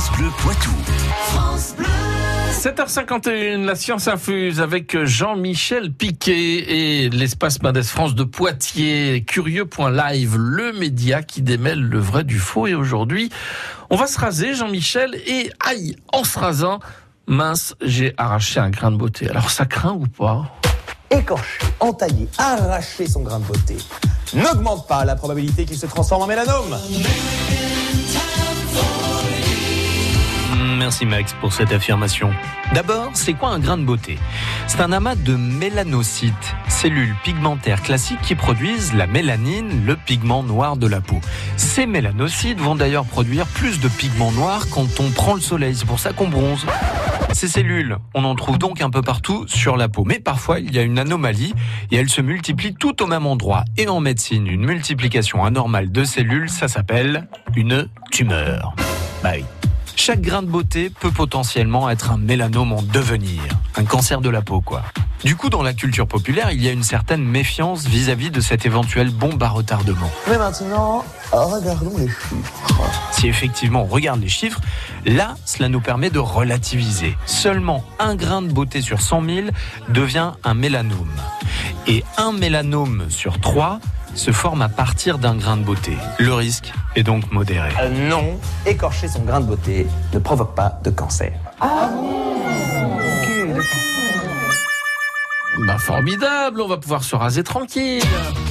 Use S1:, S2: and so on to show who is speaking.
S1: France Bleu Poitou.
S2: 7h51, la science infuse avec Jean-Michel Piquet et l'espace Mendes France de Poitiers, curieux.live, le média qui démêle le vrai du faux. Et aujourd'hui, on va se raser, Jean-Michel, et aïe, en se rasant, mince, j'ai arraché un grain de beauté. Alors ça craint ou pas ?
S3: Écorcher, entailler, arracher son grain de beauté n'augmente pas la probabilité qu'il se transforme en mélanome.
S4: Merci Max pour cette affirmation. D'abord, c'est quoi un grain de beauté ? C'est un amas de mélanocytes, cellules pigmentaires classiques qui produisent la mélanine, le pigment noir de la peau. Ces mélanocytes vont d'ailleurs produire plus de pigment noir quand on prend le soleil, c'est pour ça qu'on bronze. Ces cellules, on en trouve donc un peu partout sur la peau. Mais parfois, il y a une anomalie et elles se multiplient tout au même endroit. Et en médecine, une multiplication anormale de cellules, ça s'appelle une tumeur. Bah oui. Chaque grain de beauté peut potentiellement être un mélanome en devenir, un cancer de la peau quoi. Du coup, dans la culture populaire, il y a une certaine méfiance vis-à-vis de cet éventuel bombe à retardement.
S3: Mais maintenant, regardons les chiffres.
S4: Si effectivement on regarde les chiffres, là, cela nous permet de relativiser. Seulement un grain de beauté sur 100 000 devient un mélanome. Et un mélanome sur 3 se forme à partir d'un grain de beauté. Le risque est donc modéré.
S3: Non, écorcher son grain de beauté ne provoque pas de cancer.
S2: Bah formidable, on va pouvoir se raser tranquille.